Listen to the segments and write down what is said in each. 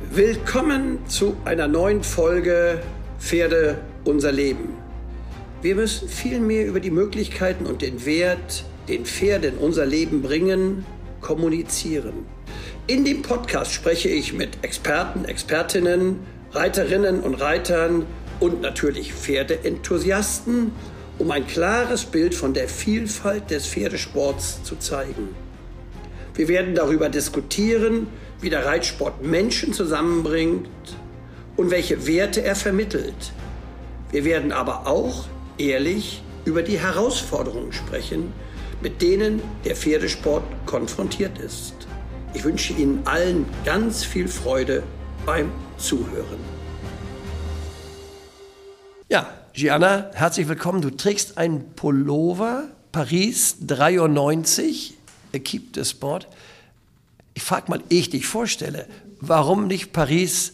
Willkommen zu einer neuen Folge Pferde, unser Leben. Wir müssen viel mehr über die Möglichkeiten und den Wert, den Pferde in unser Leben bringen, kommunizieren. In dem Podcast spreche ich mit Experten, Expertinnen, Reiterinnen und Reitern und natürlich Pferdeenthusiasten, um ein klares Bild von der Vielfalt des Pferdesports zu zeigen. Wir werden darüber diskutieren, wie der Reitsport Menschen zusammenbringt und welche Werte er vermittelt. Wir werden aber auch ehrlich über die Herausforderungen sprechen, mit denen der Pferdesport konfrontiert ist. Ich wünsche Ihnen allen ganz viel Freude beim Zuhören. Ja, Gianna, herzlich willkommen. Du trägst einen Pullover, Paris 93, Equipe de Sport. Ich frage mal, ehe ich dich vorstelle, warum nicht Paris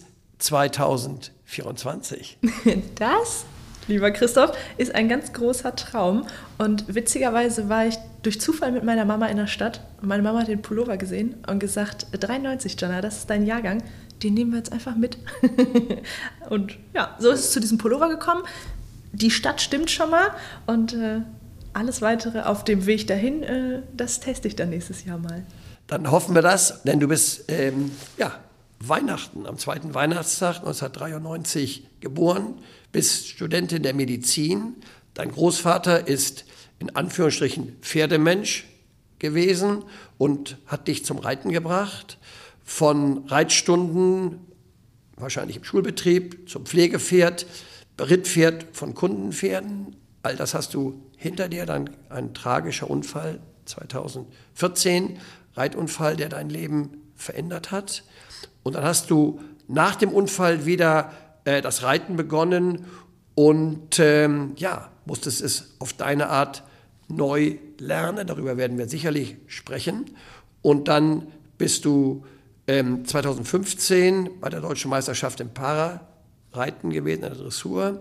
2024? Das, lieber Christoph, ist ein ganz großer Traum. Und witzigerweise war ich durch Zufall mit meiner Mama in der Stadt. Und meine Mama hat den Pullover gesehen und gesagt, 93, Gianna, das ist dein Jahrgang. Den nehmen wir jetzt einfach mit. Und ja, so ist es zu diesem Pullover gekommen. Die Stadt stimmt schon mal. Und alles Weitere auf dem Weg dahin, das teste ich dann nächstes Jahr mal. Dann hoffen wir das, denn du bist Weihnachten, am zweiten Weihnachtstag 1993 geboren, bist Studentin der Medizin. Dein Großvater ist in Anführungsstrichen Pferdemensch gewesen und hat dich zum Reiten gebracht. Von Reitstunden, wahrscheinlich im Schulbetrieb, zum Pflegepferd, Rittpferd von Kundenpferden. All das hast du hinter dir, dann ein tragischer Unfall 2014, Reitunfall, der dein Leben verändert hat. Und dann hast du nach dem Unfall wieder das Reiten begonnen und musstest es auf deine Art neu lernen. Darüber werden wir sicherlich sprechen. Und dann bist du 2015 bei der Deutschen Meisterschaft im Para-Reiten gewesen, in der Dressur.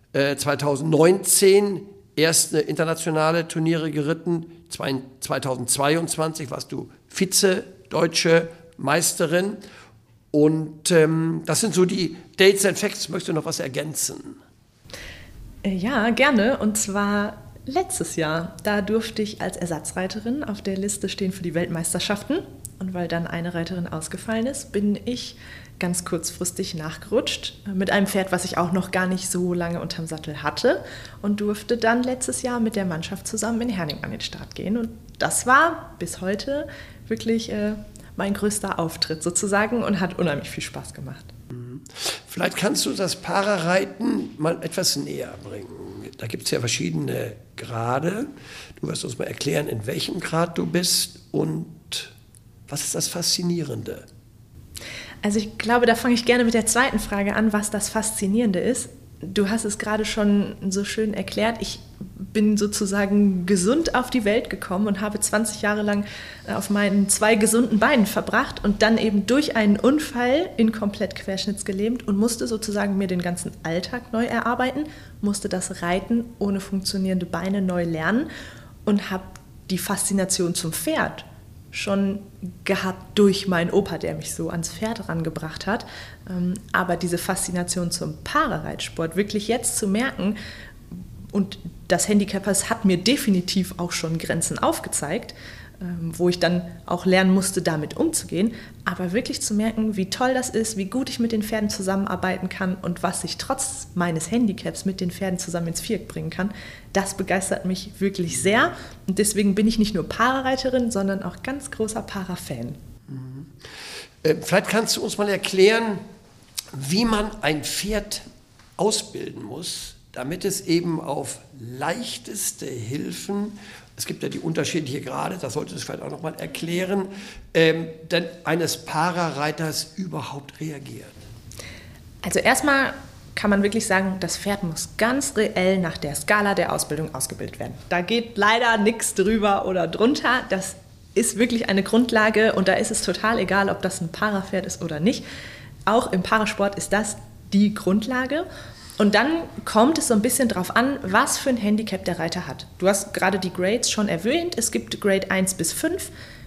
2019 erste internationale Turniere geritten. 2022 warst du Vize-Deutsche Meisterin. Und das sind so die Dates and Facts. Möchtest du noch was ergänzen? Ja, gerne. Und zwar letztes Jahr. Da durfte ich als Ersatzreiterin auf der Liste stehen für die Weltmeisterschaften. Und weil dann eine Reiterin ausgefallen ist, bin ich ganz kurzfristig nachgerutscht mit einem Pferd, was ich auch noch gar nicht so lange unterm Sattel hatte und durfte dann letztes Jahr mit der Mannschaft zusammen in Herning an den Start gehen. Und das war bis heute wirklich mein größter Auftritt sozusagen und hat unheimlich viel Spaß gemacht. Vielleicht kannst du das Parareiten mal etwas näher bringen. Da gibt es ja verschiedene Grade. Du wirst uns mal erklären, in welchem Grad du bist und was ist das Faszinierende? Also ich glaube, da fange ich gerne mit der zweiten Frage an, was das Faszinierende ist. Du hast es gerade schon so schön erklärt. Ich bin sozusagen gesund auf die Welt gekommen und habe 20 Jahre lang auf meinen 2 gesunden Beinen verbracht und dann eben durch einen Unfall in komplett querschnittsgelähmt und musste sozusagen mir den ganzen Alltag neu erarbeiten, musste das Reiten ohne funktionierende Beine neu lernen und habe die Faszination zum Pferd schon gehabt durch meinen Opa, der mich so ans Pferd rangebracht hat. Aber diese Faszination zum Parareitsport wirklich jetzt zu merken, und das Handicap hat mir definitiv auch schon Grenzen aufgezeigt, wo ich dann auch lernen musste, damit umzugehen. Aber wirklich zu merken, wie toll das ist, wie gut ich mit den Pferden zusammenarbeiten kann und was ich trotz meines Handicaps mit den Pferden zusammen ins Viereck bringen kann, das begeistert mich wirklich sehr. Und deswegen bin ich nicht nur Parareiterin, sondern auch ganz großer Para-Fan. Vielleicht kannst du uns mal erklären, wie man ein Pferd ausbilden muss, damit es eben auf leichteste Hilfen, es gibt ja die unterschiedliche Grade, das solltest du vielleicht auch noch mal erklären, denn eines Parareiters überhaupt reagiert. Also erstmal kann man wirklich sagen, das Pferd muss ganz reell nach der Skala der Ausbildung ausgebildet werden. Da geht leider nichts drüber oder drunter. Das ist wirklich eine Grundlage und da ist es total egal, ob das ein Parapferd ist oder nicht. Auch im Parasport ist das die Grundlage. Und dann kommt es so ein bisschen drauf an, was für ein Handicap der Reiter hat. Du hast gerade die Grades schon erwähnt. Es gibt Grade 1 bis 5.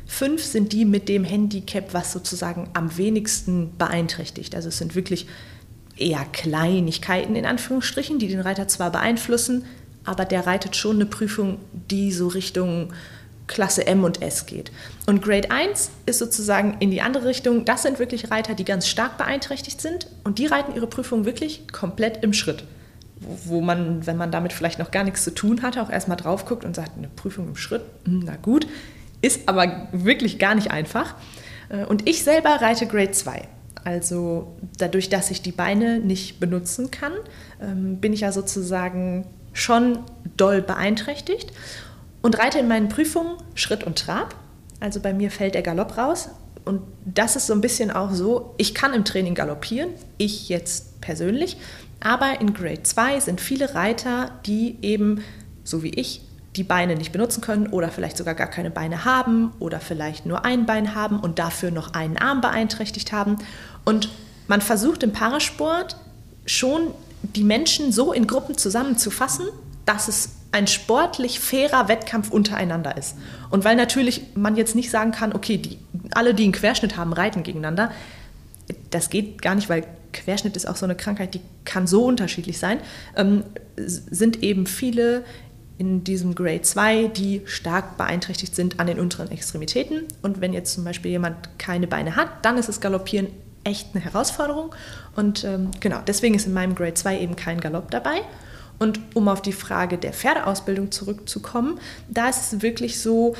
5 sind die mit dem Handicap, was sozusagen am wenigsten beeinträchtigt. Also es sind wirklich eher Kleinigkeiten in Anführungsstrichen, die den Reiter zwar beeinflussen, aber der reitet schon eine Prüfung, die so Richtung Klasse M und S geht. Und Grade 1 ist sozusagen in die andere Richtung. Das sind wirklich Reiter, die ganz stark beeinträchtigt sind und die reiten ihre Prüfung wirklich komplett im Schritt. Wo man, wenn man damit vielleicht noch gar nichts zu tun hatte, auch erstmal drauf guckt und sagt, eine Prüfung im Schritt, na gut, ist aber wirklich gar nicht einfach. Und ich selber reite Grade 2. Also dadurch, dass ich die Beine nicht benutzen kann, bin ich ja sozusagen schon doll beeinträchtigt und reite in meinen Prüfungen Schritt und Trab. Also bei mir fällt der Galopp raus. Und das ist so ein bisschen auch so, ich kann im Training galoppieren, ich jetzt persönlich, aber in Grade 2 sind viele Reiter, die eben, so wie ich, die Beine nicht benutzen können oder vielleicht sogar gar keine Beine haben oder vielleicht nur ein Bein haben und dafür noch einen Arm beeinträchtigt haben. Und man versucht im Parasport schon die Menschen so in Gruppen zusammenzufassen, dass es ein sportlich fairer Wettkampf untereinander ist. Und weil natürlich man jetzt nicht sagen kann, okay, alle, die einen Querschnitt haben, reiten gegeneinander. Das geht gar nicht, weil Querschnitt ist auch so eine Krankheit, die kann so unterschiedlich sein. Sind eben viele in diesem Grade 2, die stark beeinträchtigt sind an den unteren Extremitäten. Und wenn jetzt zum Beispiel jemand keine Beine hat, dann ist das Galoppieren echt eine Herausforderung. Und genau, deswegen ist in meinem Grade 2 eben kein Galopp dabei. Und um auf die Frage der Pferdeausbildung zurückzukommen, da ist es wirklich so,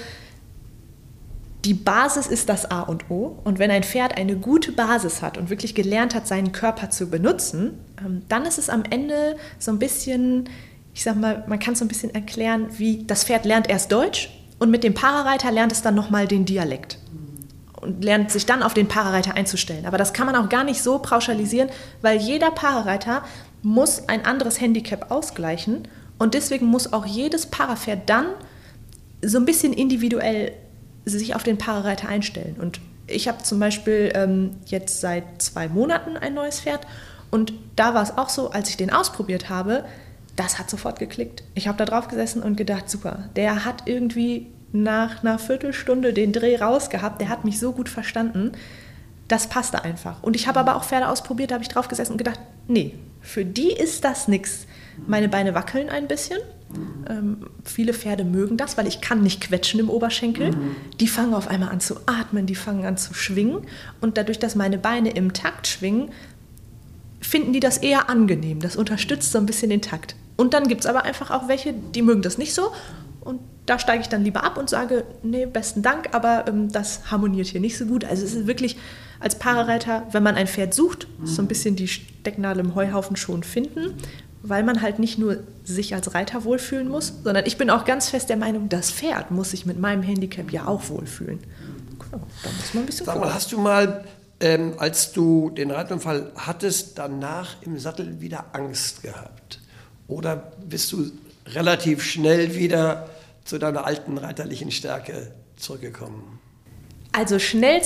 die Basis ist das A und O. Und wenn ein Pferd eine gute Basis hat und wirklich gelernt hat, seinen Körper zu benutzen, dann ist es am Ende so ein bisschen, ich sag mal, man kann es so ein bisschen erklären, wie das Pferd lernt erst Deutsch und mit dem Parareiter lernt es dann nochmal den Dialekt und lernt sich dann auf den Parareiter einzustellen. Aber das kann man auch gar nicht so pauschalisieren, weil jeder Parareiter muss ein anderes Handicap ausgleichen und deswegen muss auch jedes Parapferd dann so ein bisschen individuell sich auf den Parareiter einstellen. Und ich habe zum Beispiel jetzt seit 2 Monaten ein neues Pferd und da war es auch so, als ich den ausprobiert habe, das hat sofort geklickt. Ich habe da drauf gesessen und gedacht, super, der hat irgendwie nach einer Viertelstunde den Dreh rausgehabt, der hat mich so gut verstanden, das passte einfach. Und ich habe aber auch Pferde ausprobiert, da habe ich drauf gesessen und gedacht, nee, für die ist das nix. Meine Beine wackeln ein bisschen. Viele Pferde mögen das, weil ich kann nicht quetschen im Oberschenkel. Die fangen auf einmal an zu atmen, die fangen an zu schwingen. Und dadurch, dass meine Beine im Takt schwingen, finden die das eher angenehm. Das unterstützt so ein bisschen den Takt. Und dann gibt es aber einfach auch welche, die mögen das nicht so. Und da steige ich dann lieber ab und sage, nee, besten Dank, aber das harmoniert hier nicht so gut. Also es ist wirklich als Parareiter, wenn man ein Pferd sucht, so ein bisschen die Stecknadel im Heuhaufen schon finden, weil man halt nicht nur sich als Reiter wohlfühlen muss, sondern ich bin auch ganz fest der Meinung, das Pferd muss sich mit meinem Handicap ja auch wohlfühlen. Genau, da muss man ein bisschen Sag mal, hast du mal, als du den Reitunfall hattest, danach im Sattel wieder Angst gehabt? Oder bist du relativ schnell wieder zu deiner alten reiterlichen Stärke zurückgekommen? Also schnell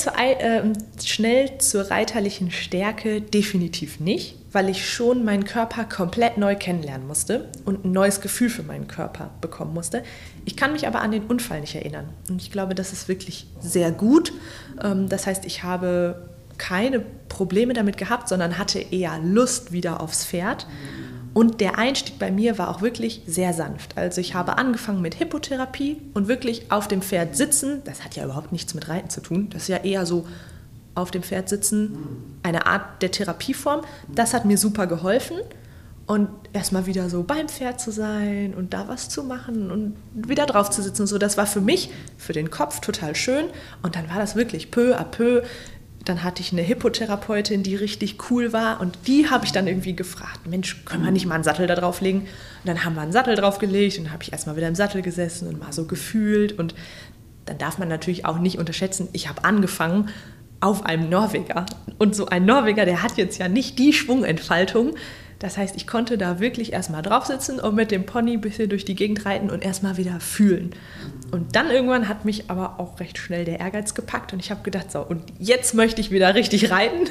zur reiterlichen Stärke definitiv nicht, weil ich schon meinen Körper komplett neu kennenlernen musste und ein neues Gefühl für meinen Körper bekommen musste. Ich kann mich aber an den Unfall nicht erinnern. Und ich glaube, das ist wirklich sehr gut. Das heißt, ich habe keine Probleme damit gehabt, sondern hatte eher Lust wieder aufs Pferd. Und der Einstieg bei mir war auch wirklich sehr sanft. Also ich habe angefangen mit Hippotherapie und wirklich auf dem Pferd sitzen. Das hat ja überhaupt nichts mit Reiten zu tun. Das ist ja eher so auf dem Pferd sitzen, eine Art der Therapieform. Das hat mir super geholfen. Und erstmal wieder so beim Pferd zu sein und da was zu machen und wieder drauf zu sitzen. So, das war für mich, für den Kopf total schön. Und dann war das wirklich peu à peu. Dann hatte ich eine Hippotherapeutin, die richtig cool war und die habe ich dann irgendwie gefragt, Mensch, können wir nicht mal einen Sattel da drauflegen? Und dann haben wir einen Sattel draufgelegt und dann habe ich erstmal wieder im Sattel gesessen und mal so gefühlt und dann darf man natürlich auch nicht unterschätzen, ich habe angefangen auf einem Norweger und so ein Norweger, der hat jetzt ja nicht die Schwungentfaltung. Das heißt, ich konnte da wirklich erstmal drauf sitzen und mit dem Pony ein bisschen durch die Gegend reiten und erstmal wieder fühlen. Und dann irgendwann hat mich aber auch recht schnell der Ehrgeiz gepackt und ich habe gedacht, so, und jetzt möchte ich wieder richtig reiten.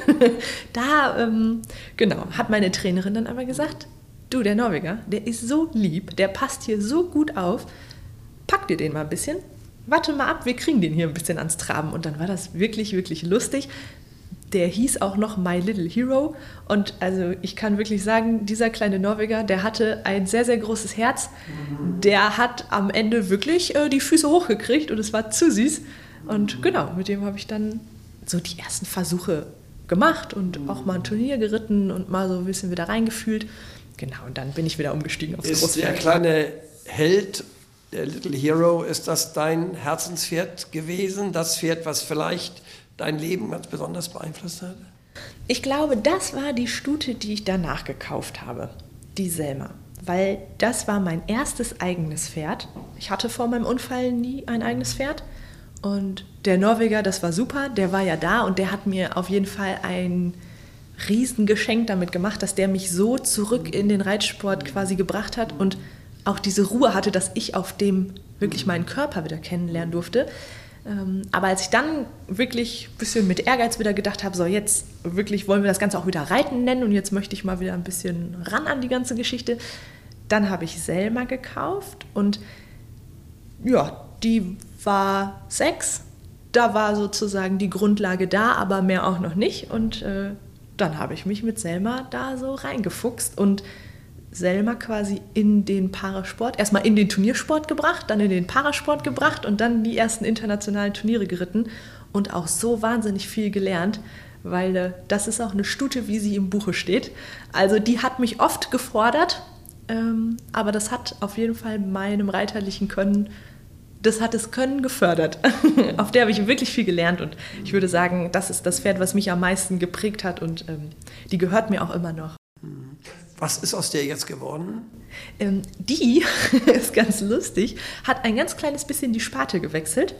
Genau, hat meine Trainerin dann aber gesagt, du, der Norweger, der ist so lieb, der passt hier so gut auf, pack dir den mal ein bisschen warte mal ab, wir kriegen den hier ein bisschen ans Traben. Und dann war das wirklich, wirklich lustig. Der hieß auch noch My Little Hero. Und also ich kann wirklich sagen, dieser kleine Norweger, der hatte ein sehr, sehr großes Herz. Der hat am Ende wirklich die Füße hochgekriegt und es war zu süß. Und genau, mit dem habe ich dann so die ersten Versuche gemacht und auch mal ein Turnier geritten und mal so ein bisschen wieder reingefühlt. Genau, und dann bin ich wieder umgestiegen aufs Großpferd. Ist der kleine Held, der Little Hero, ist das dein Herzenspferd gewesen? Das Pferd, was vielleicht dein Leben ganz besonders beeinflusst hat? Ich glaube, das war die Stute, die ich danach gekauft habe, die Selma. Weil das war mein erstes eigenes Pferd. Ich hatte vor meinem Unfall nie ein eigenes Pferd. Und der Norweger, das war super, der war ja da und der hat mir auf jeden Fall ein Riesengeschenk damit gemacht, dass der mich so zurück in den Reitsport quasi gebracht hat und auch diese Ruhe hatte, dass ich auf dem wirklich meinen Körper wieder kennenlernen durfte. Aber als ich dann wirklich ein bisschen mit Ehrgeiz wieder gedacht habe, so jetzt wirklich wollen wir das Ganze auch wieder Reiten nennen und jetzt möchte ich mal wieder ein bisschen ran an die ganze Geschichte, dann habe ich Selma gekauft und ja, die war 6. Da war sozusagen die Grundlage da, aber mehr auch noch nicht. Und dann habe ich mich mit Selma da so reingefuchst und Selma quasi in den Parasport, erstmal in den Turniersport gebracht, dann in den Parasport gebracht und dann die ersten internationalen Turniere geritten und auch so wahnsinnig viel gelernt, weil das ist auch eine Stute, wie sie im Buche steht. Also die hat mich oft gefordert, aber das hat auf jeden Fall meinem reiterlichen Können, das hat das Können gefördert. Auf der habe ich wirklich viel gelernt und ich würde sagen, das ist das Pferd, was mich am meisten geprägt hat und die gehört mir auch immer noch. Was ist aus der jetzt geworden? Die, ist ganz lustig, hat ein ganz kleines bisschen die Sparte gewechselt.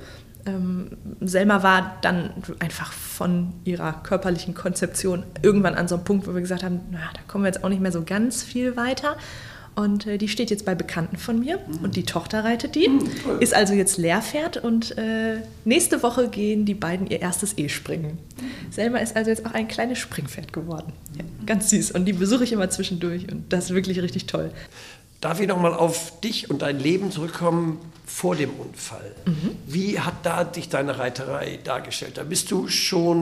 Selma war dann einfach von ihrer körperlichen Konzeption irgendwann an so einem Punkt, wo wir gesagt haben, na, da kommen wir jetzt auch nicht mehr so ganz viel weiter. Und die steht jetzt bei Bekannten von mir und die Tochter reitet die, ist also jetzt Lehrpferd und nächste Woche gehen die beiden ihr erstes E-Springen. Selma ist also jetzt auch ein kleines Springpferd geworden. Ja, ganz süß und die besuche ich immer zwischendurch und das ist wirklich richtig toll. Darf ich nochmal auf dich und dein Leben zurückkommen vor dem Unfall? Wie hat da dich deine Reiterei dargestellt? Da bist du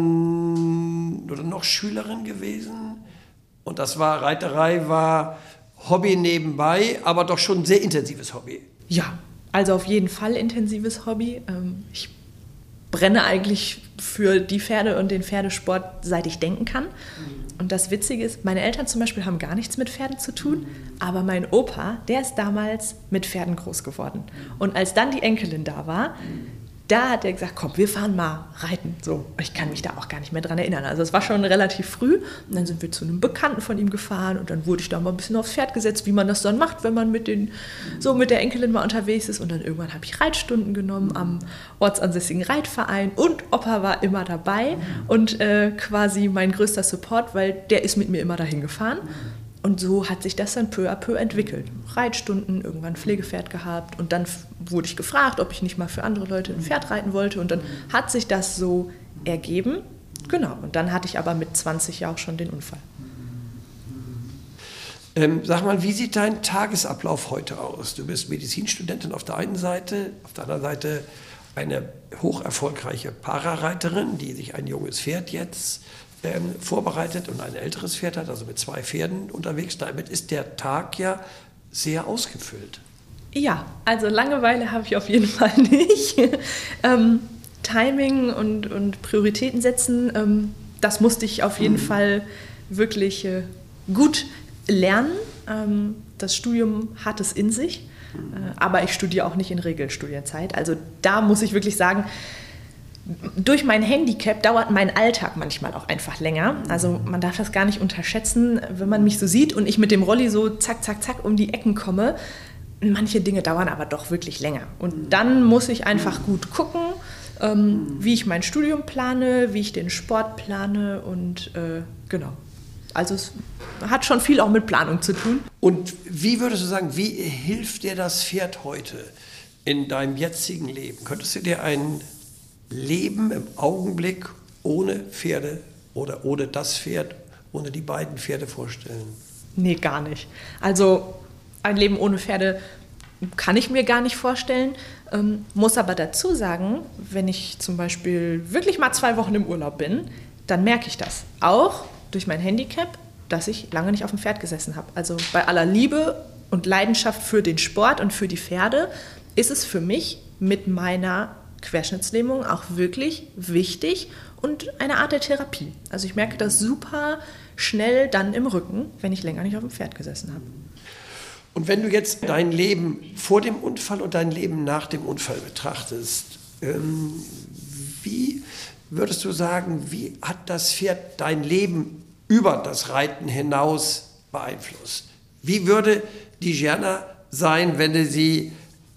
schon oder noch Schülerin gewesen und Reiterei war Hobby nebenbei, aber doch schon ein sehr intensives Hobby. Ja, also auf jeden Fall intensives Hobby. Ich brenne eigentlich für die Pferde und den Pferdesport, seit ich denken kann. Und das Witzige ist, meine Eltern zum Beispiel haben gar nichts mit Pferden zu tun, aber mein Opa, der ist damals mit Pferden groß geworden. Und als dann die Enkelin da war, da hat er gesagt, komm, wir fahren mal reiten. So, ich kann mich da auch gar nicht mehr dran erinnern. Also es war schon relativ früh. Und dann sind wir zu einem Bekannten von ihm gefahren und dann wurde ich da mal ein bisschen aufs Pferd gesetzt, wie man das dann macht, wenn man mit der Enkelin mal unterwegs ist. Und dann irgendwann habe ich Reitstunden genommen am ortsansässigen Reitverein und Opa war immer dabei und quasi mein größter Support, weil der ist mit mir immer dahin gefahren. Und so hat sich das dann peu à peu entwickelt. Reitstunden, irgendwann ein Pflegepferd gehabt und dann wurde ich gefragt, ob ich nicht mal für andere Leute ein Pferd reiten wollte und dann hat sich das so ergeben. Genau, und dann hatte ich aber mit 20 ja auch schon den Unfall. Sag mal, wie sieht dein Tagesablauf heute aus? Du bist Medizinstudentin auf der einen Seite, auf der anderen Seite eine hocherfolgreiche Parareiterin, die sich ein junges Pferd jetzt vorbereitet und ein älteres Pferd hat, also mit 2 Pferden unterwegs. Damit ist der Tag ja sehr ausgefüllt. Ja, also Langeweile habe ich auf jeden Fall nicht. Timing und Prioritäten setzen, das musste ich auf jeden Fall wirklich gut lernen. Das Studium hat es in sich, aber ich studiere auch nicht in Regelstudienzeit. Also da muss ich wirklich sagen, durch mein Handicap dauert mein Alltag manchmal auch einfach länger. Also man darf das gar nicht unterschätzen, wenn man mich so sieht und ich mit dem Rolli so zack, zack, zack um die Ecken komme. Manche Dinge dauern aber doch wirklich länger. Und dann muss ich einfach gut gucken, wie ich mein Studium plane, wie ich den Sport plane und genau. Also es hat schon viel auch mit Planung zu tun. Und wie würdest du sagen, wie hilft dir das Pferd heute in deinem jetzigen Leben? Könntest du dir ein Leben im Augenblick ohne Pferde oder ohne das Pferd, ohne die beiden Pferde vorstellen? Nee, gar nicht. Also ein Leben ohne Pferde kann ich mir gar nicht vorstellen. Muss aber dazu sagen, wenn ich zum Beispiel wirklich mal 2 Wochen im Urlaub bin, dann merke ich das. Auch durch mein Handicap, dass ich lange nicht auf dem Pferd gesessen habe. Also bei aller Liebe und Leidenschaft für den Sport und für die Pferde ist es für mich mit meiner Querschnittslähmung auch wirklich wichtig und eine Art der Therapie. Also ich merke das super schnell dann im Rücken, wenn ich länger nicht auf dem Pferd gesessen habe. Und wenn du jetzt dein Leben vor dem Unfall und dein Leben nach dem Unfall betrachtest, wie würdest du sagen, wie hat das Pferd dein Leben über das Reiten hinaus beeinflusst? Wie würde die Gianna sein, wenn sie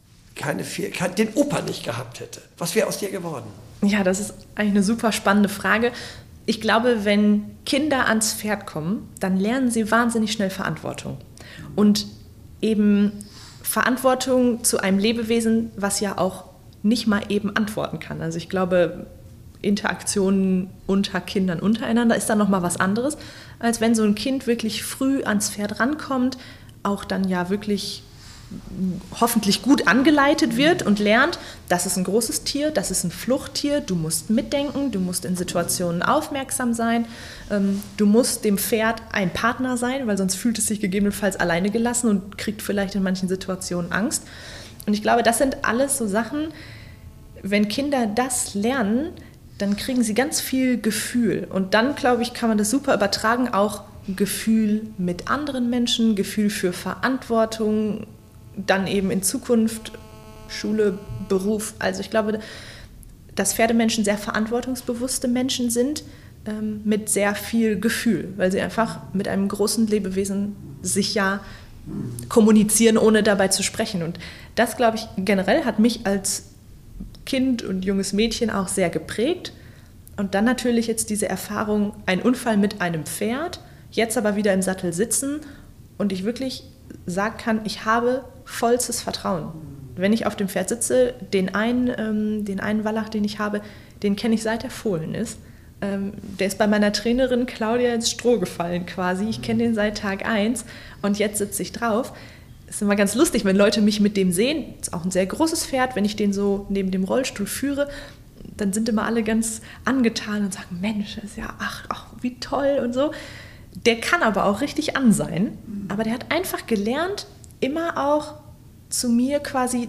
den Opa nicht gehabt hätte? Was wäre aus dir geworden? Ja, das ist eigentlich eine super spannende Frage. Ich glaube, wenn Kinder ans Pferd kommen, dann lernen sie wahnsinnig schnell Verantwortung. Und eben Verantwortung zu einem Lebewesen, was ja auch nicht mal eben antworten kann. Also ich glaube, Interaktionen unter Kindern untereinander ist dann nochmal was anderes, als wenn so ein Kind wirklich früh ans Pferd rankommt, auch dann ja wirklich hoffentlich gut angeleitet wird und lernt, das ist ein großes Tier, das ist ein Fluchttier, du musst mitdenken, du musst in Situationen aufmerksam sein, du musst dem Pferd ein Partner sein, weil sonst fühlt es sich gegebenenfalls alleine gelassen und kriegt vielleicht in manchen Situationen Angst. Und ich glaube, das sind alles so Sachen, wenn Kinder das lernen, dann kriegen sie ganz viel Gefühl. Und dann, glaube ich, kann man das super übertragen, auch Gefühl mit anderen Menschen, Gefühl für Verantwortung, dann eben in Zukunft Schule, Beruf. Also ich glaube, dass Pferdemenschen sehr verantwortungsbewusste Menschen sind, mit sehr viel Gefühl, weil sie einfach mit einem großen Lebewesen sich ja kommunizieren, ohne dabei zu sprechen. Und das, glaube ich, generell hat mich als Kind und junges Mädchen auch sehr geprägt. Und dann natürlich jetzt diese Erfahrung, ein Unfall mit einem Pferd, jetzt aber wieder im Sattel sitzen und ich wirklich sagen kann, ich habe vollstes Vertrauen. Wenn ich auf dem Pferd sitze, den einen Wallach, den ich habe, den kenne ich seit er fohlen ist. Der ist bei meiner Trainerin Claudia ins Stroh gefallen quasi. Ich kenne den seit Tag 1 und jetzt sitze ich drauf. Es ist immer ganz lustig, wenn Leute mich mit dem sehen. Das ist auch ein sehr großes Pferd. Wenn ich den so neben dem Rollstuhl führe, dann sind immer alle ganz angetan und sagen, Mensch, das ist ja, ach, wie toll und so. Der kann aber auch richtig an sein. Aber der hat einfach gelernt, immer auch zu mir quasi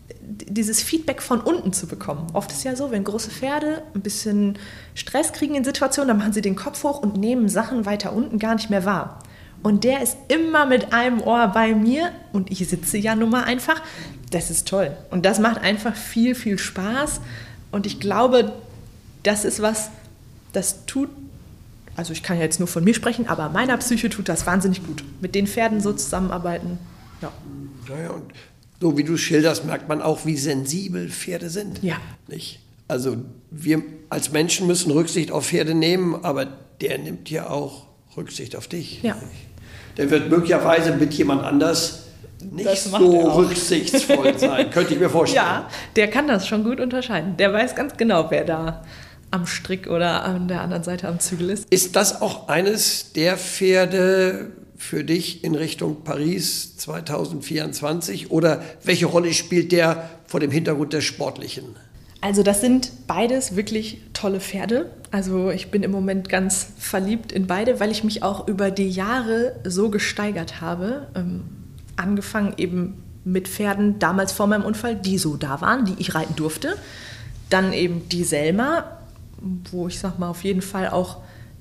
dieses Feedback von unten zu bekommen. Oft ist ja so, wenn große Pferde ein bisschen Stress kriegen in Situationen, dann machen sie den Kopf hoch und nehmen Sachen weiter unten gar nicht mehr wahr. Und der ist immer mit einem Ohr bei mir und ich sitze ja nun mal einfach. Das ist toll. Und das macht einfach viel, viel Spaß. Und ich glaube, das ist was, das tut, also ich kann ja jetzt nur von mir sprechen, aber meiner Psyche tut das wahnsinnig gut. Mit den Pferden so zusammenarbeiten, ja. Ja, und so wie du schilderst, merkt man auch, wie sensibel Pferde sind. Ja. Nicht? Also wir als Menschen müssen Rücksicht auf Pferde nehmen, aber der nimmt ja auch Rücksicht auf dich. Ja. Der wird möglicherweise mit jemand anders nicht so rücksichtsvoll sein, könnte ich mir vorstellen. Ja, der kann das schon gut unterscheiden. Der weiß ganz genau, wer da am Strick oder an der anderen Seite am Zügel ist. Ist das auch eines der Pferde für dich in Richtung Paris 2024 oder welche Rolle spielt der vor dem Hintergrund der Sportlichen? Also das sind beides wirklich tolle Pferde. Also ich bin im Moment ganz verliebt in beide, weil ich mich auch über die Jahre so gesteigert habe. Angefangen eben mit Pferden damals vor meinem Unfall, die so da waren, die ich reiten durfte. Dann eben die Selma, wo ich sag mal auf jeden Fall auch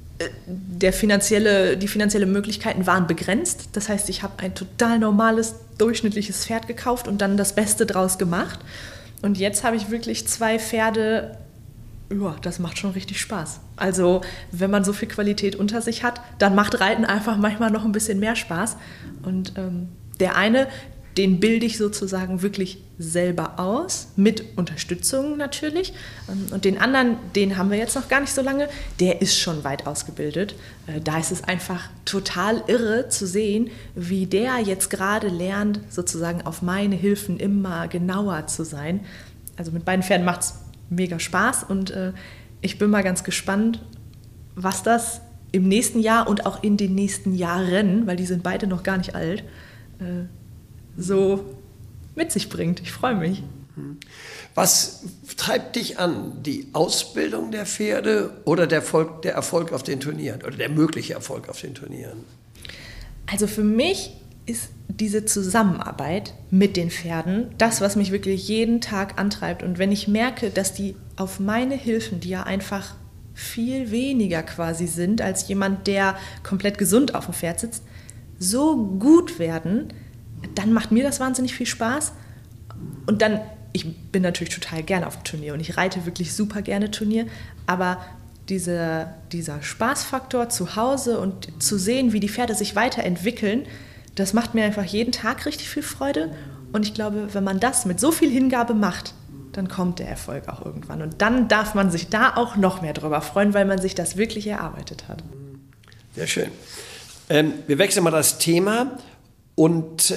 die finanzielle Möglichkeiten waren begrenzt. Das heißt, ich habe ein total normales, durchschnittliches Pferd gekauft und dann das Beste draus gemacht. Und jetzt habe ich wirklich 2 Pferde, ja, das macht schon richtig Spaß. Also wenn man so viel Qualität unter sich hat, dann macht Reiten einfach manchmal noch ein bisschen mehr Spaß. Und der eine, den bilde ich sozusagen wirklich selber aus, mit Unterstützung natürlich. Und den anderen, den haben wir jetzt noch gar nicht so lange, der ist schon weit ausgebildet. Da ist es einfach total irre zu sehen, wie der jetzt gerade lernt, sozusagen auf meine Hilfen immer genauer zu sein. Also mit beiden Pferden macht es mega Spaß und ich bin mal ganz gespannt, was das im nächsten Jahr und auch in den nächsten Jahren, weil die sind beide noch gar nicht alt, so mit sich bringt. Ich freue mich. Was treibt dich an? Die Ausbildung der Pferde oder der Erfolg auf den Turnieren oder der mögliche Erfolg auf den Turnieren? Also für mich ist diese Zusammenarbeit mit den Pferden das, was mich wirklich jeden Tag antreibt. Und wenn ich merke, dass die auf meine Hilfen, die ja einfach viel weniger quasi sind als jemand, der komplett gesund auf dem Pferd sitzt, so gut werden, dann macht mir das wahnsinnig viel Spaß. Und dann, ich bin natürlich total gerne auf dem Turnier und ich reite wirklich super gerne Turnier, aber dieser Spaßfaktor zu Hause und zu sehen, wie die Pferde sich weiterentwickeln, das macht mir einfach jeden Tag richtig viel Freude. Und ich glaube, wenn man das mit so viel Hingabe macht, dann kommt der Erfolg auch irgendwann. Und dann darf man sich da auch noch mehr drüber freuen, weil man sich das wirklich erarbeitet hat. Sehr schön. Wir wechseln mal das Thema und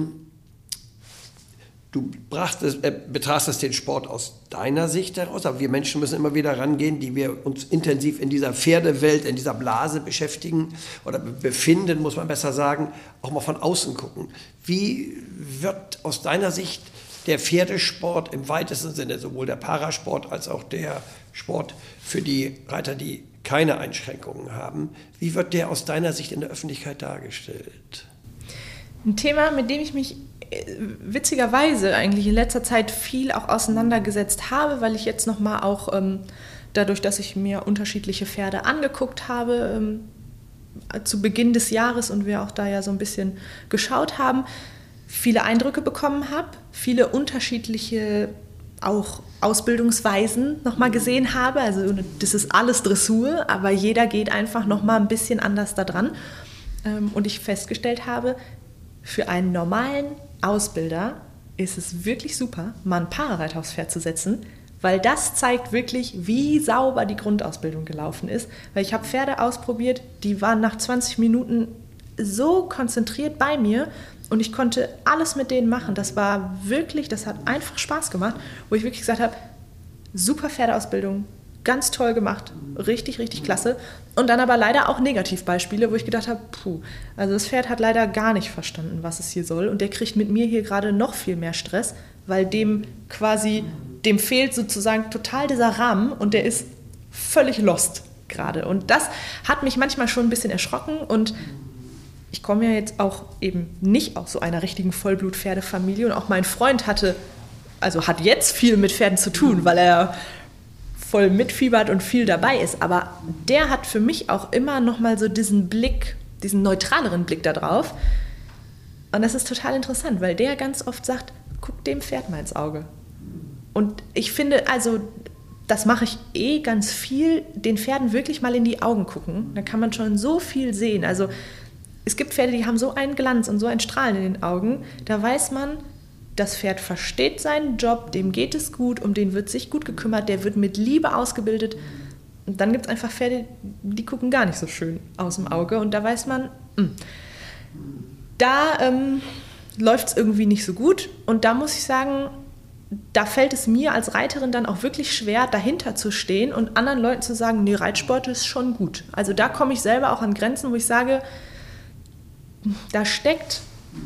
du betrachtest den Sport aus deiner Sicht heraus, aber wir Menschen müssen immer wieder rangehen, die wir uns intensiv in dieser Pferdewelt, in dieser Blase beschäftigen oder befinden, muss man besser sagen, auch mal von außen gucken. Wie wird aus deiner Sicht der Pferdesport im weitesten Sinne, sowohl der Parasport als auch der Sport für die Reiter, die keine Einschränkungen haben, wie wird der aus deiner Sicht in der Öffentlichkeit dargestellt? Ein Thema, mit dem ich mich witzigerweise eigentlich in letzter Zeit viel auch auseinandergesetzt habe, weil ich jetzt nochmal auch dadurch, dass ich mir unterschiedliche Pferde angeguckt habe, zu Beginn des Jahres und wir auch da ja so ein bisschen geschaut haben, viele Eindrücke bekommen habe, viele unterschiedliche auch Ausbildungsweisen nochmal gesehen habe. Also das ist alles Dressur, aber jeder geht einfach nochmal ein bisschen anders da dran. Und ich festgestellt habe, für einen normalen Ausbilder ist es wirklich super, mal ein Parareiter aufs Pferd zu setzen, weil das zeigt wirklich, wie sauber die Grundausbildung gelaufen ist. Weil ich habe Pferde ausprobiert, die waren nach 20 Minuten so konzentriert bei mir und ich konnte alles mit denen machen. Das war wirklich, das hat einfach Spaß gemacht, wo ich wirklich gesagt habe, super Pferdeausbildung, ganz toll gemacht, richtig, richtig klasse. Und dann aber leider auch Negativbeispiele, wo ich gedacht habe, also das Pferd hat leider gar nicht verstanden, was es hier soll. Und der kriegt mit mir hier gerade noch viel mehr Stress, weil dem fehlt sozusagen total dieser Rahmen und der ist völlig lost gerade. Und das hat mich manchmal schon ein bisschen erschrocken und ich komme ja jetzt auch eben nicht aus so einer richtigen Vollblut-Pferdefamilie und auch mein Freund hat jetzt viel mit Pferden zu tun, weil er voll mitfiebert und viel dabei ist, aber der hat für mich auch immer noch mal so diesen Blick, diesen neutraleren Blick da drauf und das ist total interessant, weil der ganz oft sagt, guck dem Pferd mal ins Auge und ich finde, also das mache ich ganz viel, den Pferden wirklich mal in die Augen gucken, da kann man schon so viel sehen, also es gibt Pferde, die haben so einen Glanz und so ein Strahlen in den Augen, da weiß man, das Pferd versteht seinen Job, dem geht es gut, um den wird sich gut gekümmert, der wird mit Liebe ausgebildet. Und dann gibt es einfach Pferde, die gucken gar nicht so schön aus dem Auge. Und da weiß man, da läuft es irgendwie nicht so gut. Und da muss ich sagen, da fällt es mir als Reiterin dann auch wirklich schwer, dahinter zu stehen und anderen Leuten zu sagen, nee, Reitsport ist schon gut. Also da komme ich selber auch an Grenzen, wo ich sage, da steckt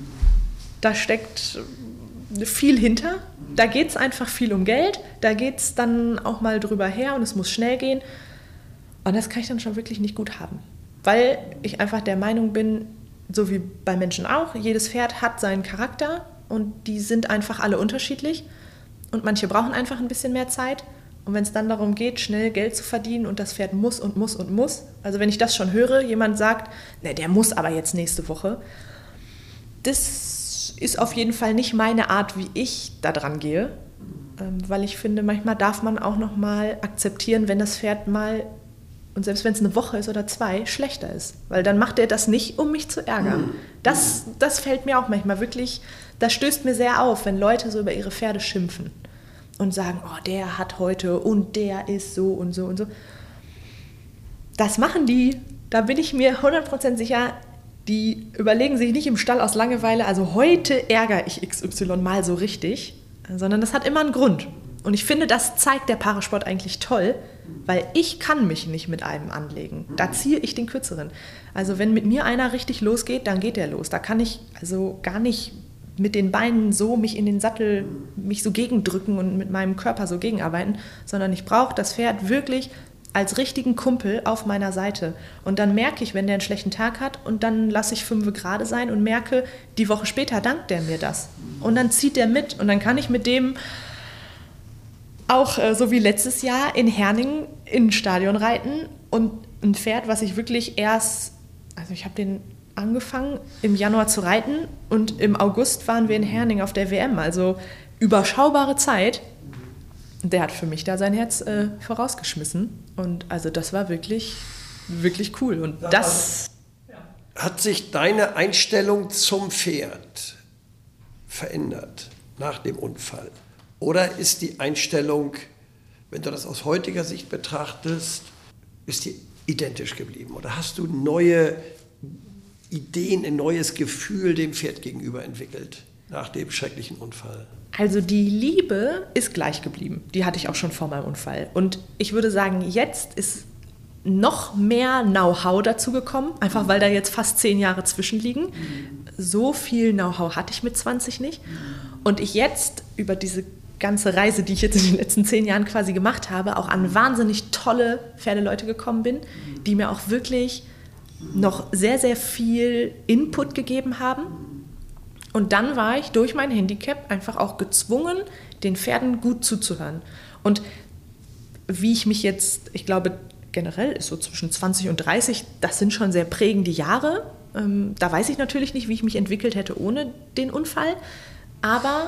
viel hinter, da geht es einfach viel um Geld, da geht es dann auch mal drüber her und es muss schnell gehen und das kann ich dann schon wirklich nicht gut haben, weil ich einfach der Meinung bin, so wie bei Menschen auch, jedes Pferd hat seinen Charakter und die sind einfach alle unterschiedlich und manche brauchen einfach ein bisschen mehr Zeit und wenn es dann darum geht, schnell Geld zu verdienen und das Pferd muss, also wenn ich das schon höre, jemand sagt, ne, der muss aber jetzt nächste Woche, das ist auf jeden Fall nicht meine Art, wie ich da dran gehe, weil ich finde, manchmal darf man auch noch mal akzeptieren, wenn das Pferd mal, und selbst wenn es eine Woche ist oder 2, schlechter ist, weil dann macht er das nicht, um mich zu ärgern. Das fällt mir auch manchmal wirklich, das stößt mir sehr auf, wenn Leute so über ihre Pferde schimpfen und sagen, oh, der hat heute und der ist so und so und so. Das machen die, da bin ich mir 100% sicher, die überlegen sich nicht im Stall aus Langeweile, also heute ärgere ich XY mal so richtig, sondern das hat immer einen Grund. Und ich finde, das zeigt der Parasport eigentlich toll, weil ich kann mich nicht mit einem anlegen. Da ziehe ich den Kürzeren. Also wenn mit mir einer richtig losgeht, dann geht der los. Da kann ich also gar nicht mit den Beinen so mich in den Sattel, mich so gegendrücken und mit meinem Körper so gegenarbeiten, sondern ich brauche das Pferd wirklich als richtigen Kumpel auf meiner Seite. Und dann merke ich, wenn der einen schlechten Tag hat, und dann lasse ich 5 gerade sein und merke, die Woche später dankt der mir das. Und dann zieht der mit und dann kann ich mit dem auch so wie letztes Jahr in Herning in ein Stadion reiten und ein Pferd, was ich wirklich also ich habe den angefangen im Januar zu reiten und im August waren wir in Herning auf der WM, also überschaubare Zeit. Der hat für mich da sein Herz vorausgeschmissen und also das war wirklich, wirklich cool. Und das hat sich deine Einstellung zum Pferd verändert nach dem Unfall? Oder ist die Einstellung, wenn du das aus heutiger Sicht betrachtest, ist die identisch geblieben? Oder hast du neue Ideen, ein neues Gefühl dem Pferd gegenüber entwickelt nach dem schrecklichen Unfall? Also die Liebe ist gleich geblieben. Die hatte ich auch schon vor meinem Unfall. Und ich würde sagen, jetzt ist noch mehr Know-how dazu gekommen, einfach weil da jetzt fast 10 Jahre zwischenliegen. So viel Know-how hatte ich mit 20 nicht. Und ich jetzt über diese ganze Reise, die ich jetzt in den letzten 10 Jahren quasi gemacht habe, auch an wahnsinnig tolle Pferdeleute gekommen bin, die mir auch wirklich noch sehr, sehr viel Input gegeben haben. Und dann war ich durch mein Handicap einfach auch gezwungen, den Pferden gut zuzuhören. Und wie ich mich jetzt, ich glaube, generell ist so zwischen 20 und 30, das sind schon sehr prägende Jahre. Da weiß ich natürlich nicht, wie ich mich entwickelt hätte ohne den Unfall. Aber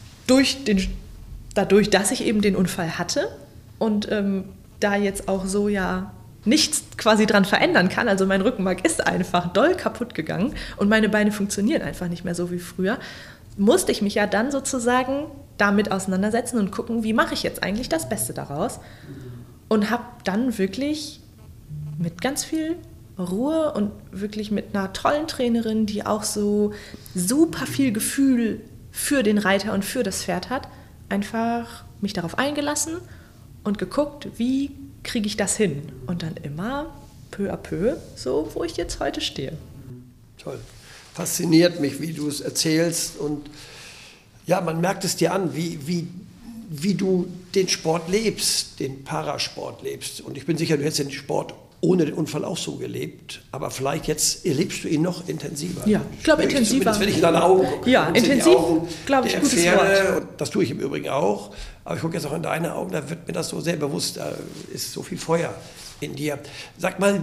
dadurch, dass ich eben den Unfall hatte und da jetzt auch so ja nichts quasi dran verändern kann, also mein Rückenmark ist einfach doll kaputt gegangen und meine Beine funktionieren einfach nicht mehr so wie früher, musste ich mich ja dann sozusagen damit auseinandersetzen und gucken, wie mache ich jetzt eigentlich das Beste daraus, und habe dann wirklich mit ganz viel Ruhe und wirklich mit einer tollen Trainerin, die auch so super viel Gefühl für den Reiter und für das Pferd hat, einfach mich darauf eingelassen und geguckt, wie kriege ich das hin? Und dann immer peu à peu, so wo ich jetzt heute stehe. Toll. Fasziniert mich, wie du es erzählst. Und ja, man merkt es dir an, wie du den Sport lebst, den Parasport lebst. Und ich bin sicher, du hättest den Sport ohne den Unfall auch so gelebt. Aber vielleicht jetzt erlebst du ihn noch intensiver. Ja, ich glaube intensiver. Wenn ich in deine Augen gucke. Ja, intensiv, glaube ich, gutes Wort. Und das tue ich im Übrigen auch. Aber ich gucke jetzt auch in deine Augen, da wird mir das so sehr bewusst, da ist so viel Feuer in dir. Sag mal,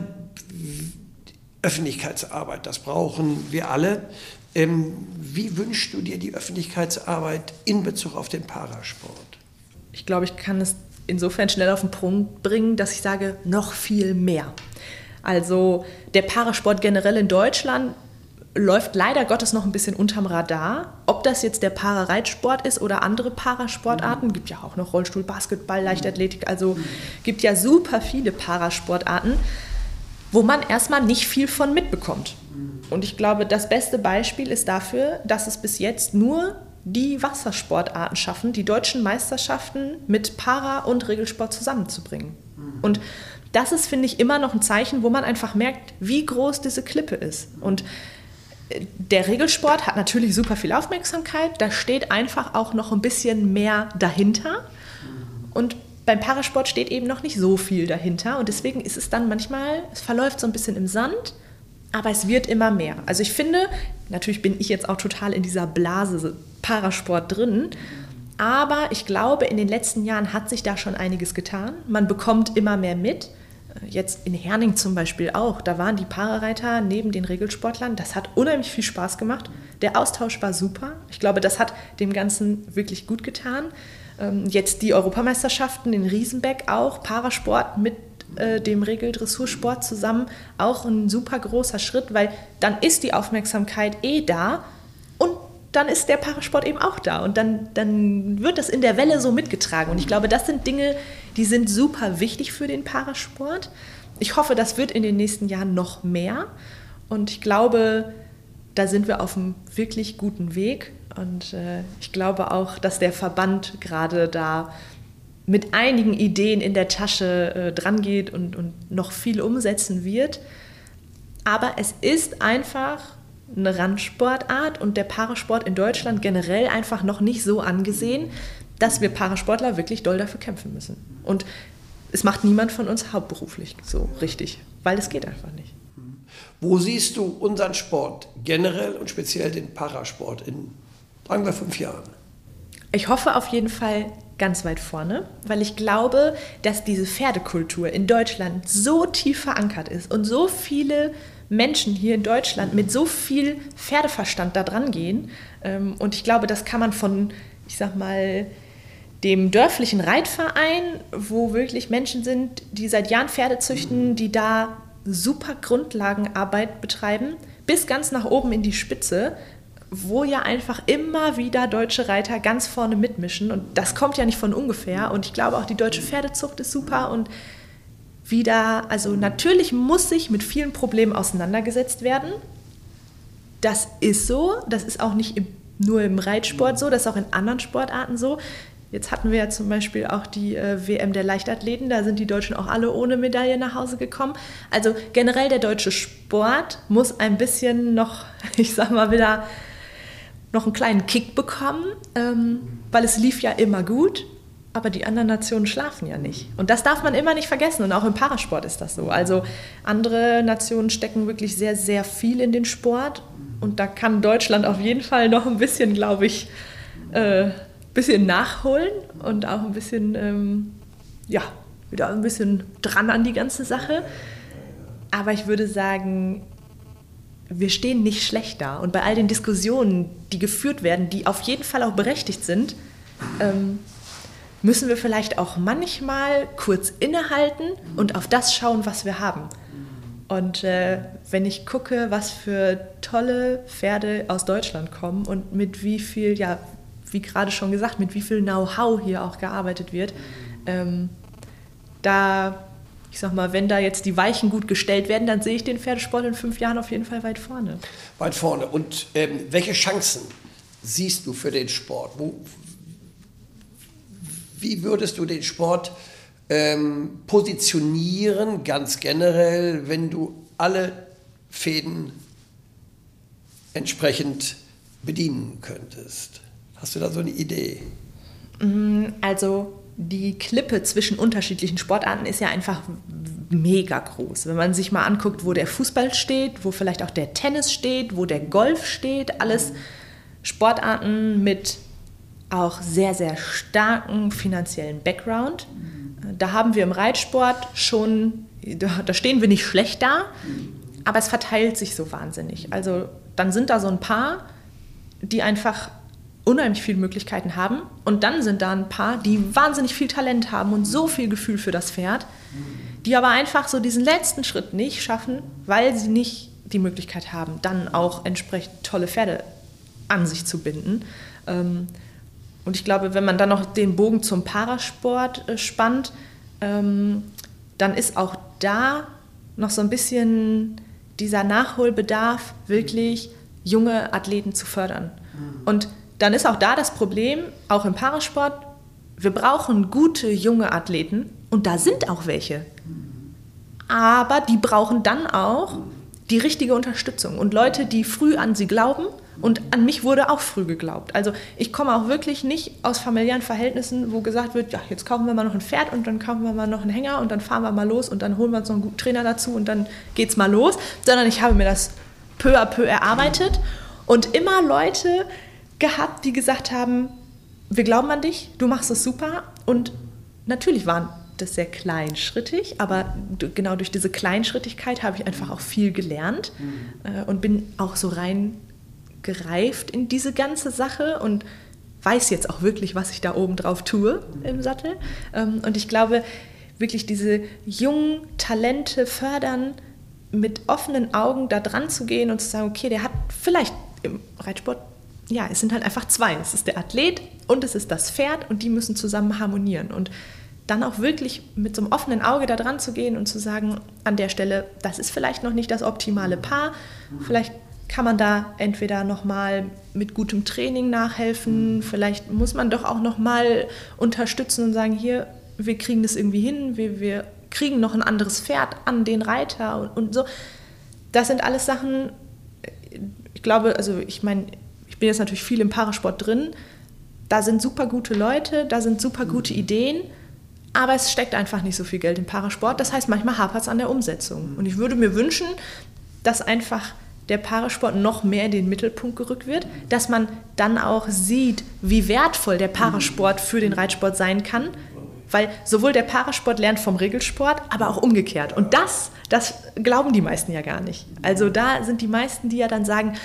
Öffentlichkeitsarbeit, das brauchen wir alle. Wie wünschst du dir die Öffentlichkeitsarbeit in Bezug auf den Parasport? Ich glaube, ich kann es insofern schnell auf den Punkt bringen, dass ich sage, noch viel mehr. Also der Parasport generell in Deutschland läuft leider Gottes noch ein bisschen unterm Radar. Ob das jetzt der Parareitsport ist oder andere Parasportarten, gibt ja auch noch Rollstuhl, Basketball, Leichtathletik, also gibt ja super viele Parasportarten, wo man erstmal nicht viel von mitbekommt. Und ich glaube, das beste Beispiel ist dafür, dass es bis jetzt nur die Wassersportarten schaffen, die deutschen Meisterschaften mit Para- und Regelsport zusammenzubringen. Und das ist, finde ich, immer noch ein Zeichen, wo man einfach merkt, wie groß diese Klippe ist. Und der Regelsport hat natürlich super viel Aufmerksamkeit, da steht einfach auch noch ein bisschen mehr dahinter. Und beim Parasport steht eben noch nicht so viel dahinter. Und deswegen ist es dann manchmal, es verläuft so ein bisschen im Sand, aber es wird immer mehr. Also ich finde, natürlich bin ich jetzt auch total in dieser Blase Parasport drin, aber ich glaube, in den letzten Jahren hat sich da schon einiges getan. Man bekommt immer mehr mit. Jetzt in Herning zum Beispiel auch, da waren die Parareiter neben den Regelsportlern. Das hat unheimlich viel Spaß gemacht. Der Austausch war super. Ich glaube, das hat dem Ganzen wirklich gut getan. Jetzt die Europameisterschaften in Riesenbeck auch, Parasport mit dem Regeldressursport zusammen, auch ein super großer Schritt, weil dann ist die Aufmerksamkeit da und dann ist der Parasport eben auch da und dann wird das in der Welle so mitgetragen. Und ich glaube, das sind Dinge, die sind super wichtig für den Parasport. Ich hoffe, das wird in den nächsten Jahren noch mehr. Und ich glaube, da sind wir auf einem wirklich guten Weg. Und ich glaube auch, dass der Verband gerade da mit einigen Ideen in der Tasche dran geht und noch viel umsetzen wird. Aber es ist einfach eine Randsportart und der Parasport in Deutschland generell einfach noch nicht so angesehen, dass wir Parasportler wirklich doll dafür kämpfen müssen. Und es macht niemand von uns hauptberuflich so richtig, weil es geht einfach nicht. Wo siehst du unseren Sport generell und speziell den Parasport in, sagen wir, 5 Jahren? Ich hoffe auf jeden Fall ganz weit vorne, weil ich glaube, dass diese Pferdekultur in Deutschland so tief verankert ist und so viele Menschen hier in Deutschland mit so viel Pferdeverstand da dran gehen. Und ich glaube, das kann man von, ich sag mal, dem dörflichen Reitverein, wo wirklich Menschen sind, die seit Jahren Pferde züchten, die da super Grundlagenarbeit betreiben, bis ganz nach oben in die Spitze, wo ja einfach immer wieder deutsche Reiter ganz vorne mitmischen. Und das kommt ja nicht von ungefähr. Und ich glaube auch, die deutsche Pferdezucht ist super. Und wieder, also natürlich muss sich mit vielen Problemen auseinandergesetzt werden. Das ist so. Das ist auch nicht nur im Reitsport so, das ist auch in anderen Sportarten so. Jetzt hatten wir ja zum Beispiel auch die WM der Leichtathleten, da sind die Deutschen auch alle ohne Medaille nach Hause gekommen. Also generell der deutsche Sport muss ein bisschen noch, ich sag mal wieder, noch einen kleinen Kick bekommen, weil es lief ja immer gut, aber die anderen Nationen schlafen ja nicht. Und das darf man immer nicht vergessen und auch im Parasport ist das so. Also andere Nationen stecken wirklich sehr, sehr viel in den Sport und da kann Deutschland auf jeden Fall noch ein bisschen, glaube ich, bisschen nachholen und auch ein bisschen, wieder ein bisschen dran an die ganze Sache. Aber ich würde sagen, wir stehen nicht schlecht da. Und bei all den Diskussionen, die geführt werden, die auf jeden Fall auch berechtigt sind, müssen wir vielleicht auch manchmal kurz innehalten und auf das schauen, was wir haben. Und wenn ich gucke, was für tolle Pferde aus Deutschland kommen und mit wie viel, ja, wie gerade schon gesagt, mit wie viel Know-how hier auch gearbeitet wird, ich sag mal, wenn da jetzt die Weichen gut gestellt werden, dann sehe ich den Pferdesport in 5 Jahren auf jeden Fall weit vorne. Weit vorne. Und welche Chancen siehst du für den Sport? Wie würdest du den Sport positionieren, ganz generell, wenn du alle Fäden entsprechend bedienen könntest? Hast du da so eine Idee? Also die Klippe zwischen unterschiedlichen Sportarten ist ja einfach mega groß. Wenn man sich mal anguckt, wo der Fußball steht, wo vielleicht auch der Tennis steht, wo der Golf steht, alles Sportarten mit auch sehr, sehr starken finanziellen Background. Da haben wir im Reitsport schon, da stehen wir nicht schlecht da, aber es verteilt sich so wahnsinnig. Also dann sind da so ein paar, die einfach unheimlich viele Möglichkeiten haben und dann sind da ein paar, die wahnsinnig viel Talent haben und so viel Gefühl für das Pferd, die aber einfach so diesen letzten Schritt nicht schaffen, weil sie nicht die Möglichkeit haben, dann auch entsprechend tolle Pferde an sich zu binden. Und ich glaube, wenn man dann noch den Bogen zum Parasport spannt, dann ist auch da noch so ein bisschen dieser Nachholbedarf, wirklich junge Athleten zu fördern. Und dann ist auch da das Problem, auch im Parasport, wir brauchen gute junge Athleten und da sind auch welche. Aber die brauchen dann auch die richtige Unterstützung und Leute, die früh an sie glauben. Und an mich wurde auch früh geglaubt. Also ich komme auch wirklich nicht aus familiären Verhältnissen, wo gesagt wird, ja, jetzt kaufen wir mal noch ein Pferd und dann kaufen wir mal noch einen Hänger und dann fahren wir mal los und dann holen wir uns noch einen guten Trainer dazu und dann geht's mal los. Sondern ich habe mir das peu à peu erarbeitet und immer Leute gehabt, die gesagt haben, wir glauben an dich, du machst es super. Und natürlich waren das sehr kleinschrittig, aber genau durch diese Kleinschrittigkeit habe ich einfach auch viel gelernt und bin auch so rein gereift in diese ganze Sache und weiß jetzt auch wirklich, was ich da oben drauf tue im Sattel. Und ich glaube, wirklich diese jungen Talente fördern, mit offenen Augen da dran zu gehen und zu sagen, okay, der hat vielleicht im Reitsport, ja, es sind halt einfach 2. Es ist der Athlet und es ist das Pferd und die müssen zusammen harmonieren. Und dann auch wirklich mit so einem offenen Auge da dran zu gehen und zu sagen, an der Stelle, das ist vielleicht noch nicht das optimale Paar, vielleicht kann man da entweder nochmal mit gutem Training nachhelfen, vielleicht muss man doch auch nochmal unterstützen und sagen, hier, wir kriegen das irgendwie hin, wir kriegen noch ein anderes Pferd an den Reiter und so. Das sind alles Sachen, ich glaube, also ich meine, ich bin jetzt natürlich viel im Parasport drin, da sind super gute Leute, da sind super gute Ideen, aber es steckt einfach nicht so viel Geld im Parasport. Das heißt, manchmal hapert es an der Umsetzung. Und ich würde mir wünschen, dass einfach der Parasport noch mehr in den Mittelpunkt gerückt wird, dass man dann auch sieht, wie wertvoll der Parasport für den Reitsport sein kann, weil sowohl der Parasport lernt vom Regelsport, aber auch umgekehrt. Und das glauben die meisten ja gar nicht. Also da sind die meisten, die ja dann sagen,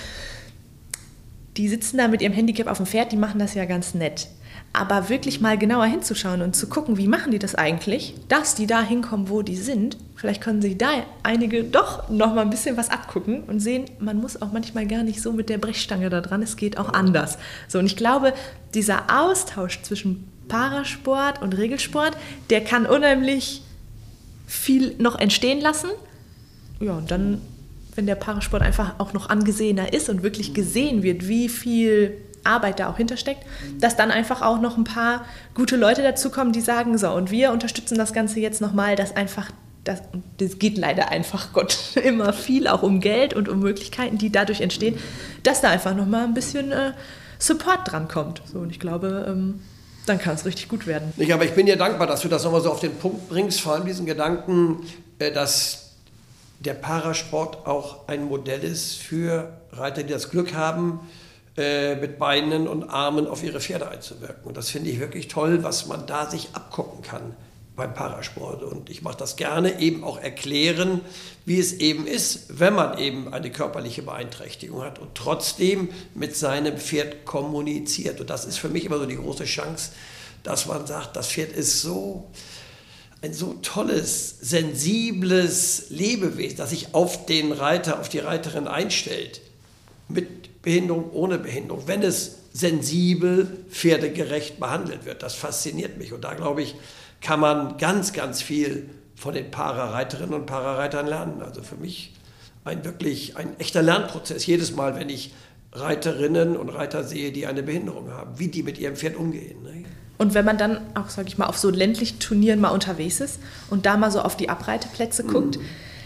die sitzen da mit ihrem Handicap auf dem Pferd, die machen das ja ganz nett. Aber wirklich mal genauer hinzuschauen und zu gucken, wie machen die das eigentlich, dass die da hinkommen, wo die sind. Vielleicht können sich da einige doch noch mal ein bisschen was abgucken und sehen, man muss auch manchmal gar nicht so mit der Brechstange da dran, es geht auch anders. So, und ich glaube, dieser Austausch zwischen Parasport und Regelsport, der kann unheimlich viel noch entstehen lassen. Ja, und dann, wenn der Parasport einfach auch noch angesehener ist und wirklich gesehen wird, wie viel Arbeit da auch hintersteckt, dass dann einfach auch noch ein paar gute Leute dazukommen, die sagen, so, und wir unterstützen das Ganze jetzt nochmal, dass einfach, das geht leider einfach Gott immer viel, auch um Geld und um Möglichkeiten, die dadurch entstehen, dass da einfach nochmal ein bisschen Support dran kommt. So, und ich glaube, dann kann es richtig gut werden. Aber ich bin dir dankbar, dass du das nochmal so auf den Punkt bringst, vor allem diesen Gedanken, dass der Parasport auch ein Modell ist für Reiter, die das Glück haben, mit Beinen und Armen auf ihre Pferde einzuwirken. Und das finde ich wirklich toll, was man da sich abgucken kann beim Parasport. Und ich mache das gerne, eben auch erklären, wie es eben ist, wenn man eben eine körperliche Beeinträchtigung hat und trotzdem mit seinem Pferd kommuniziert. Und das ist für mich immer so die große Chance, dass man sagt, das Pferd ist so ein so tolles, sensibles Lebewesen, das sich auf den Reiter, auf die Reiterin einstellt, mit Behinderung, ohne Behinderung, wenn es sensibel, pferdegerecht behandelt wird. Das fasziniert mich. Und da, glaube ich, kann man ganz, ganz viel von den Parareiterinnen und Parareitern lernen. Also für mich ein echter Lernprozess. Jedes Mal, wenn ich Reiterinnen und Reiter sehe, die eine Behinderung haben, wie die mit ihrem Pferd umgehen. Ne? Und wenn man dann auch, sage ich mal, auf so ländlichen Turnieren mal unterwegs ist und da mal so auf die Abreiteplätze guckt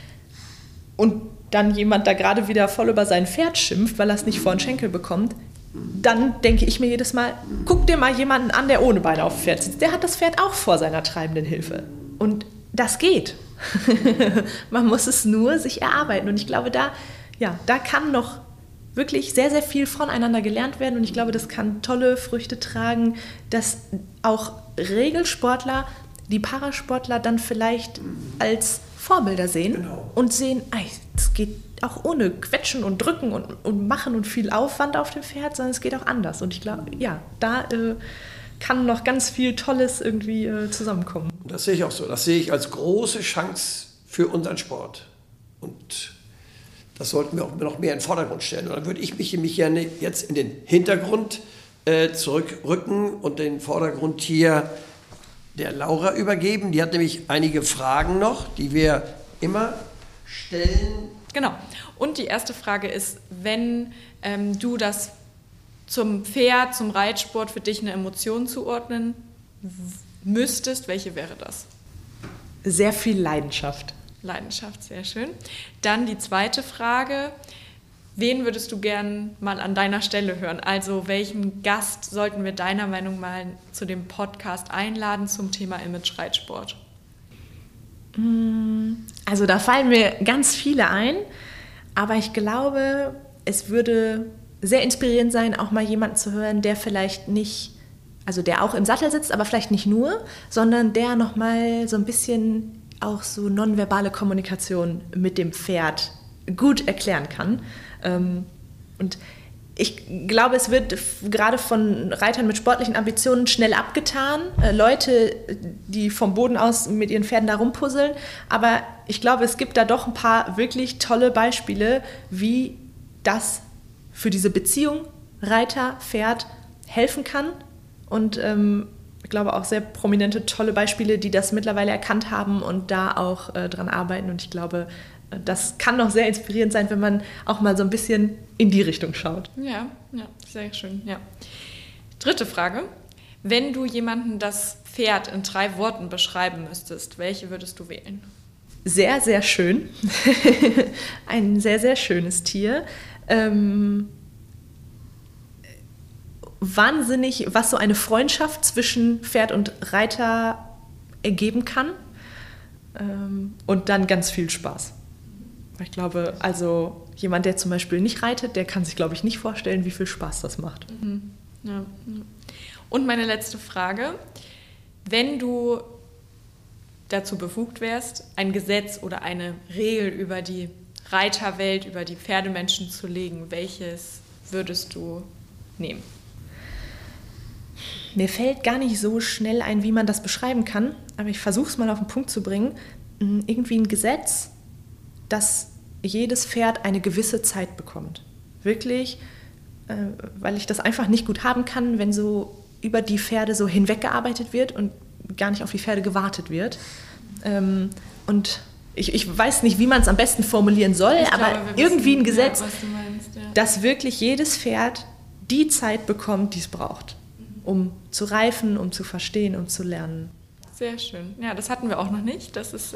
und dann jemand da gerade wieder voll über sein Pferd schimpft, weil er es nicht vor den Schenkel bekommt, dann denke ich mir jedes Mal, guck dir mal jemanden an, der ohne Beine auf dem Pferd sitzt. Der hat das Pferd auch vor seiner treibenden Hilfe. Und das geht. Man muss es nur sich erarbeiten. Und ich glaube, da kann noch wirklich sehr, sehr viel voneinander gelernt werden. Und ich glaube, das kann tolle Früchte tragen, dass auch Regelsportler die Parasportler dann vielleicht als Vorbilder sehen und sehen, es geht auch ohne Quetschen und Drücken und Machen und viel Aufwand auf dem Pferd, sondern es geht auch anders. Und ich glaube, da kann noch ganz viel Tolles irgendwie zusammenkommen. Das sehe ich auch so. Das sehe ich als große Chance für unseren Sport. Und das sollten wir auch noch mehr in den Vordergrund stellen. Und dann würde ich mich gerne jetzt in den Hintergrund zurückrücken und den Vordergrund hier der Laura übergeben. Die hat nämlich einige Fragen noch, die wir immer stellen. Genau. Und die erste Frage ist, wenn du das zum Pferd, zum Reitsport für dich eine Emotion zuordnen müsstest, welche wäre das? Sehr viel Leidenschaft. Leidenschaft, sehr schön. Dann die zweite Frage. Wen würdest du gern mal an deiner Stelle hören? Also welchen Gast sollten wir deiner Meinung nach mal zu dem Podcast einladen zum Thema Image-Reitsport? Also da fallen mir ganz viele ein, aber ich glaube, es würde sehr inspirierend sein, auch mal jemanden zu hören, der vielleicht nicht, also der auch im Sattel sitzt, aber vielleicht nicht nur, sondern der nochmal so ein bisschen auch so nonverbale Kommunikation mit dem Pferd gut erklären kann. Und ich glaube, es wird gerade von Reitern mit sportlichen Ambitionen schnell abgetan. Leute, die vom Boden aus mit ihren Pferden da rumpuzzeln. Aber ich glaube, es gibt da doch ein paar wirklich tolle Beispiele, wie das für diese Beziehung Reiter-Pferd helfen kann. Und ich glaube auch sehr prominente, tolle Beispiele, die das mittlerweile erkannt haben und da auch dran arbeiten. Und ich glaube, das kann noch sehr inspirierend sein, wenn man auch mal so ein bisschen in die Richtung schaut. Ja, sehr schön. Ja. Dritte Frage. Wenn du jemanden das Pferd in 3 Worten beschreiben müsstest, welche würdest du wählen? Sehr, sehr schön. Ein sehr, sehr schönes Tier. Wahnsinnig, was so eine Freundschaft zwischen Pferd und Reiter ergeben kann. Und dann ganz viel Spaß. Ich glaube, also jemand, der zum Beispiel nicht reitet, der kann sich, glaube ich, nicht vorstellen, wie viel Spaß das macht. Ja. Und meine letzte Frage. Wenn du dazu befugt wärst, ein Gesetz oder eine Regel über die Reiterwelt, über die Pferdemenschen zu legen, welches würdest du nehmen? Mir fällt gar nicht so schnell ein, wie man das beschreiben kann, aber ich versuche es mal auf den Punkt zu bringen. Irgendwie ein Gesetz, dass jedes Pferd eine gewisse Zeit bekommt. Wirklich, weil ich das einfach nicht gut haben kann, wenn so über die Pferde so hinweggearbeitet wird und gar nicht auf die Pferde gewartet wird. Und ich weiß nicht, wie man es am besten formulieren soll, aber irgendwie ein Gesetz, was du meinst, dass wirklich jedes Pferd die Zeit bekommt, die es braucht, um zu reifen, um zu verstehen, um zu lernen. Sehr schön. Ja, das hatten wir auch noch nicht. Das ist,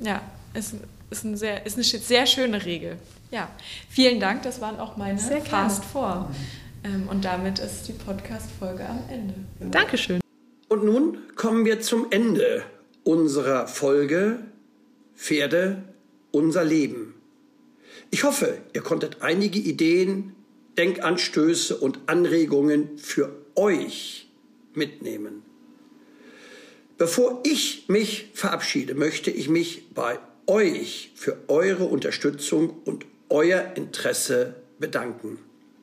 ist eine sehr schöne Regel. Ja, vielen Dank. Das waren auch meine Fast Four. Und damit ist die Podcast-Folge am Ende. Dankeschön. Und nun kommen wir zum Ende unserer Folge Pferde, unser Leben. Ich hoffe, ihr konntet einige Ideen, Denkanstöße und Anregungen für euch mitnehmen. Bevor ich mich verabschiede, möchte ich mich bei euch für eure Unterstützung und euer Interesse bedanken.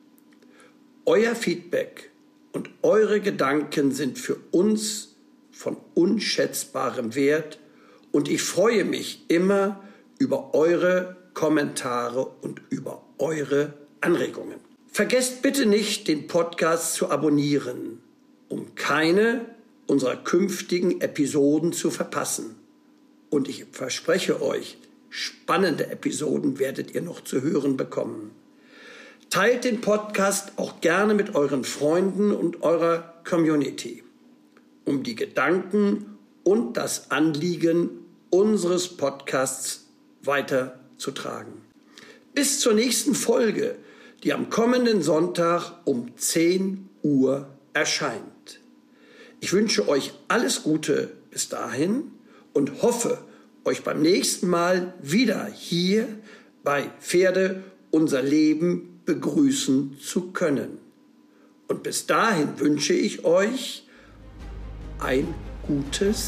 Euer Feedback und eure Gedanken sind für uns von unschätzbarem Wert und ich freue mich immer über eure Kommentare und über eure Anregungen. Vergesst bitte nicht, den Podcast zu abonnieren, um keine unserer künftigen Episoden zu verpassen. Und ich verspreche euch, spannende Episoden werdet ihr noch zu hören bekommen. Teilt den Podcast auch gerne mit euren Freunden und eurer Community, um die Gedanken und das Anliegen unseres Podcasts weiterzutragen. Bis zur nächsten Folge, die am kommenden Sonntag um 10 Uhr erscheint. Ich wünsche euch alles Gute bis dahin und hoffe, euch beim nächsten Mal wieder hier bei Pferde, unser Leben begrüßen zu können. Und bis dahin wünsche ich euch ein gutes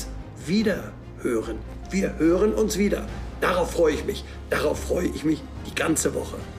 Wiederhören. Wir hören uns wieder. Darauf freue ich mich. Darauf freue ich mich die ganze Woche.